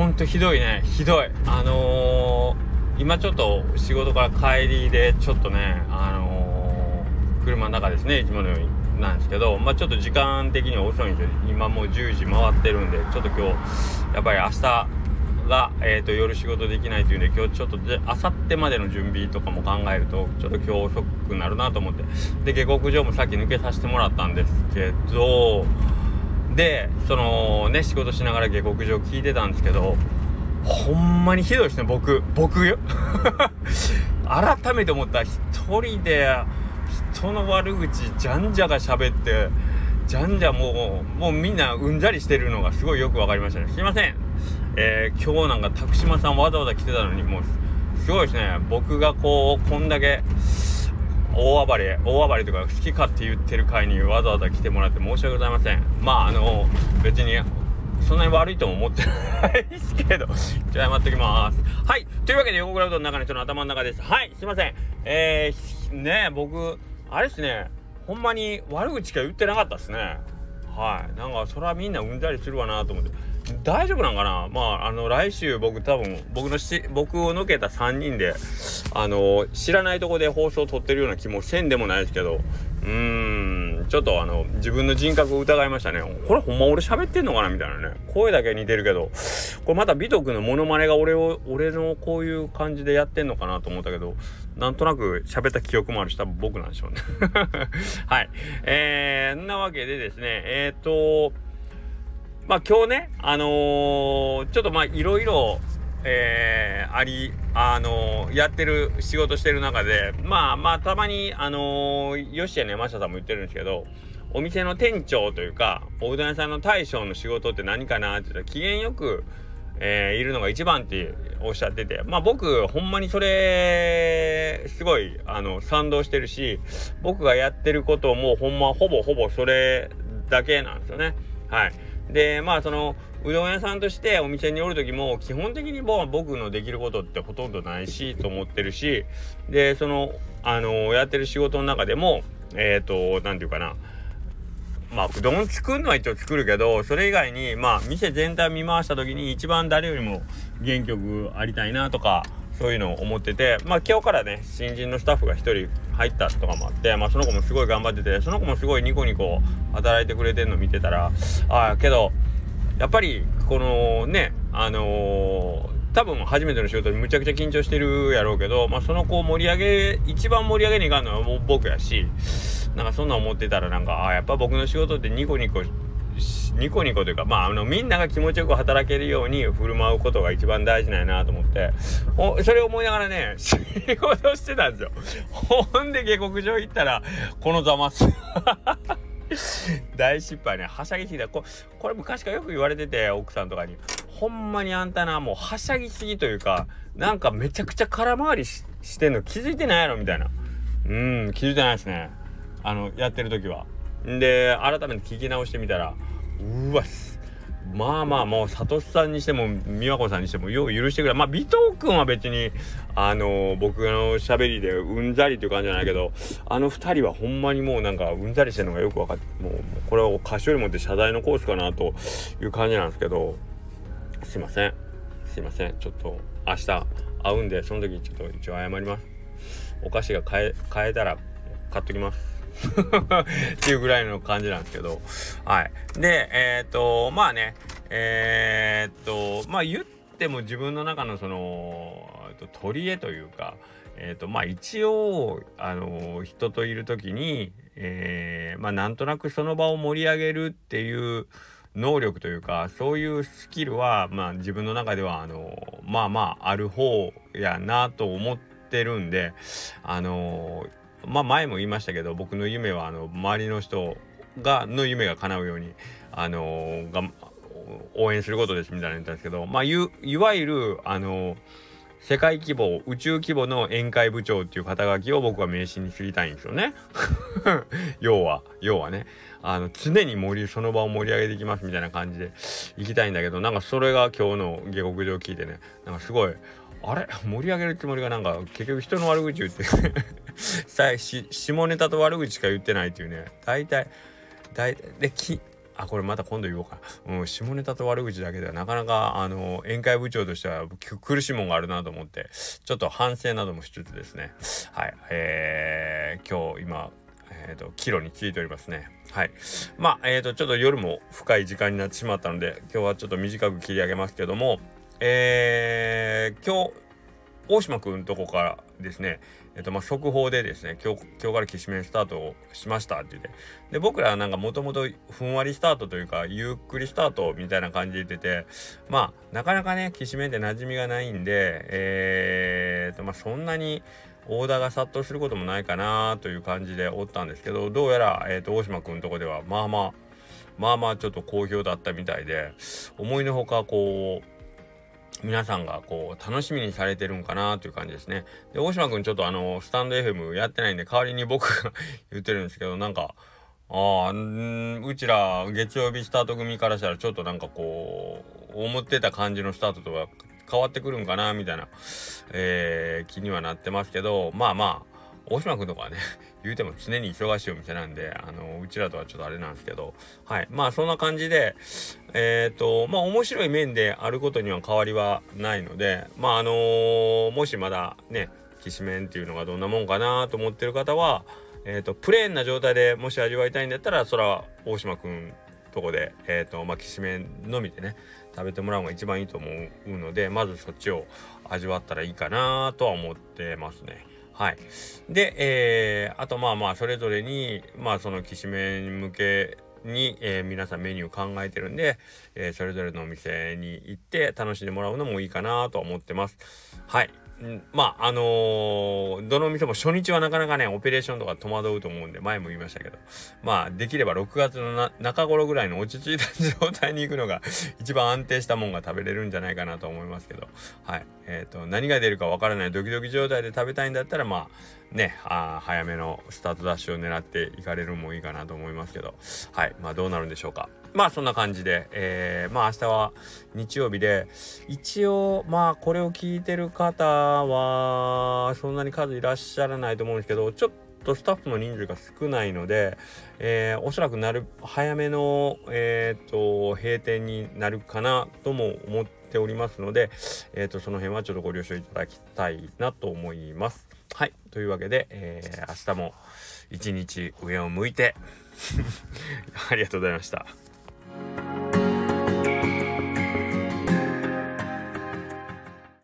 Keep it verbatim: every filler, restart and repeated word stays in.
ほんとひどいね、ひどい。あのー、今ちょっと仕事から帰りでちょっとね、あのー、車の中ですね、いつものようになんですけど、まあちょっと時間的には遅いんですよ。今もうじゅうじ回ってるんで、ちょっと今日やっぱり明日が、えーと、夜仕事できないというんで、今日ちょっとで明後日までの準備とかも考えるとちょっと今日遅くなるなと思って、で下克上もさっき抜けさせてもらったんですけど、でそのね仕事しながら下克上聞いてたんですけど、ほんまにひどいですね。僕僕よ改めて思った。一人で人の悪口じゃんじゃが喋ってじゃんじゃもうもうみんなうんざりしてるのがすごいよくわかりましたね。すいません、えー、今日なんか拓島さんわざわざ来てたのに、もうすごいですね。僕がこうこんだけ大暴れ大暴れとか好き勝手言ってる回にわざわざ来てもらって申し訳ございません。まああの別にそんなに悪いとも思ってないですけど、じゃあ謝っときます。はい、というわけで横クラウドの中の人の頭の中です。はい、すいません。えー、ね僕あれですね、ほんまに悪口しか言ってなかったですね。はい、なんかそれはみんなうんざりするわなと思って、大丈夫なんかな。まああの来週僕多分僕のし僕をのけたさんにんであの知らないとこで放送を撮ってるような気もせんでもないですけど、うーんちょっとあの自分の人格を疑いましたね。これほんま俺喋ってんのかなみたいなね。声だけ似てるけど、これまた美徳のモノマネが俺を俺のこういう感じでやってんのかなと思ったけど、なんとなく喋った記憶もあるし多分僕なんでしょうねはい、えー、んなわけでですね、えー、っとまあ今日ねあのー、ちょっとまあいろいろえー、ありあのー、やってる仕事してる中でまあまあたまにあのー、吉谷ね山下さんも言ってるんですけど、お店の店長というかおうどん屋さんの大将の仕事って何かなって言ったら機嫌よく、えー、いるのが一番っておっしゃってて、まあ僕ほんまにそれすごいあの賛同してるし、僕がやってることもほんまほぼほぼそれだけなんですよね。はい。でまあそのうどん屋さんとしてお店におる時も基本的にもう僕のできることってほとんどないしと思ってるし、でそのあのやってる仕事の中でもえっとなんていうかな、まあうどん作るのは一応作るけど、それ以外にまあ店全体見回した時に一番誰よりも元気よくありたいなとかそういうのを思ってて、まあ今日からね新人のスタッフが一人入ったとかもあって、まあその子もすごい頑張ってて、その子もすごいニコニコ働いてくれてるの見てたら、ああけどやっぱりこのねあのー、多分初めての仕事にむちゃくちゃ緊張してるやろうけど、まあその子を盛り上げ一番盛り上げにいかんのはもう僕やし、なんかそんな思ってたらなんかあやっぱ僕の仕事ってニコニコニコニコというかまああのみんなが気持ちよく働けるように振る舞うことが一番大事なんやなと思って、おそれを思いながらね仕事してたんですよ。ほんで下克上行ったらこのざます大失敗ね。はしゃぎすぎた。 こ, これ昔からよく言われてて、奥さんとかにほんまにあんたなもうはしゃぎすぎというか、なんかめちゃくちゃ空回り し, してんの気づいてないやろみたいな。うーん気づいてないですね、あのやってる時は。で改めて聞き直してみたら、うわまあまあもうサトシさんにしても美和子さんにしてもよう許してくれ。まあ尾藤君は別にあのー、僕の喋りでうんざりっていう感じじゃないけど、あの二人はほんまにもうなんかうんざりしてるのがよく分かって、もうこれを菓子折り持って謝罪のコースかなという感じなんですけど、すいませんすいませんちょっと明日会うんでその時ちょっと一応謝ります。お菓子が買え買えたら買っときますっていうぐらいの感じなんですけど、はい。でえっ、ー、とまあねえっ、ー、とまあ言っても自分の中のその取り柄というか、えっ、ー、とまあ一応あの人といる時に、えー、まあなんとなくその場を盛り上げるっていう能力というか、そういうスキルはまあ自分の中ではあのまあまあある方やなと思ってるんで、あのまあ前も言いましたけど、僕の夢はあの周りの人がの夢が叶うようにあのが応援することですみたいな言ったんですけど、まあ い, いわゆるあの世界規模宇宙規模の宴会部長っていう肩書きを僕は名刺に知りたいんですよね要は要はねあの常に盛りその場を盛り上げていきますみたいな感じで行きたいんだけど、なんかそれが今日の下克上を聞いてね、なんかすごいあれ盛り上げるつもりがなんか結局人の悪口言ってさし下ネタと悪口しか言ってないっていうね。大体大体できあこれまた今度言おうかな、うん、下ネタと悪口だけではなかなかあの宴会部長としては苦しいもんがあるなと思ってちょっと反省などもしつつですね、はいえー、今日今えーとキロについておりますね。はいまあえーとちょっと夜も深い時間になってしまったので今日はちょっと短く切り上げますけども、えー、今日大島くんとこからですね、えっとまあ速報でですね今日今日からきしめんスタートをしましたって言って、で僕らはなんかもともとふんわりスタートというかゆっくりスタートみたいな感じで言ってて、まあなかなかねきしめんって馴染みがないんで、えー、っとまあそんなにオーダーが殺到することもないかなという感じでおったんですけど、どうやら、えー、と大島くんとこではまあまあまあまあちょっと好評だったみたいで、思いのほかこう皆さんがこう楽しみにされてるんかなという感じですね。で大島くんちょっとあのスタンド エフエム やってないんで代わりに僕が言ってるんですけど、なんかああんうちら月曜日スタート組からしたらちょっとなんかこう思ってた感じのスタートとは変わってくるんかなみたいな、えー、気にはなってますけど、まあまあ大島くんとかはね言うても常に忙しいお店なんで、あのうちらとはちょっとあれなんですけど、はいまあそんな感じでえっ、ー、とまあ面白い面であることには変わりはないので、まああのー、もしまだねきしめんっていうのがどんなもんかなと思ってる方は、えーとプレーンな状態でもし味わいたいんだったらそれは大島くんとこでえっ、ー、とまあきしめんのみでね食べてもらうのが一番いいと思うので、まずそっちを味わったらいいかなとは思ってますね。はい。で、えー、あとまあまあそれぞれにまあそのきしめん向けに、えー、皆さんメニュー考えてるんで、えー、それぞれのお店に行って楽しんでもらうのもいいかなと思ってます。はい。んまああのー、どのお店も初日はなかなかねオペレーションとか戸惑うと思うんで前も言いましたけど、まあできればろくがつのな中頃ぐらいの落ち着いた状態に行くのが一番安定したもんが食べれるんじゃないかなと思いますけど、はいえーと何が出るかわからないドキドキ状態で食べたいんだったらまあねあ早めのスタートダッシュを狙っていかれるのもいいかなと思いますけど、はいまあどうなるんでしょうか。まあそんな感じで、えー、まあ明日は日曜日で一応まあこれを聞いてる方はそんなに数いらっしゃらないと思うんですけど、ちょっとスタッフの人数が少ないので、えー、おそらくなる早めの、えー、と閉店になるかなとも思っておりますので、えー、とその辺はちょっとご了承いただきたいなと思います。はいというわけで、えー、明日も一日上を向いてありがとうございました。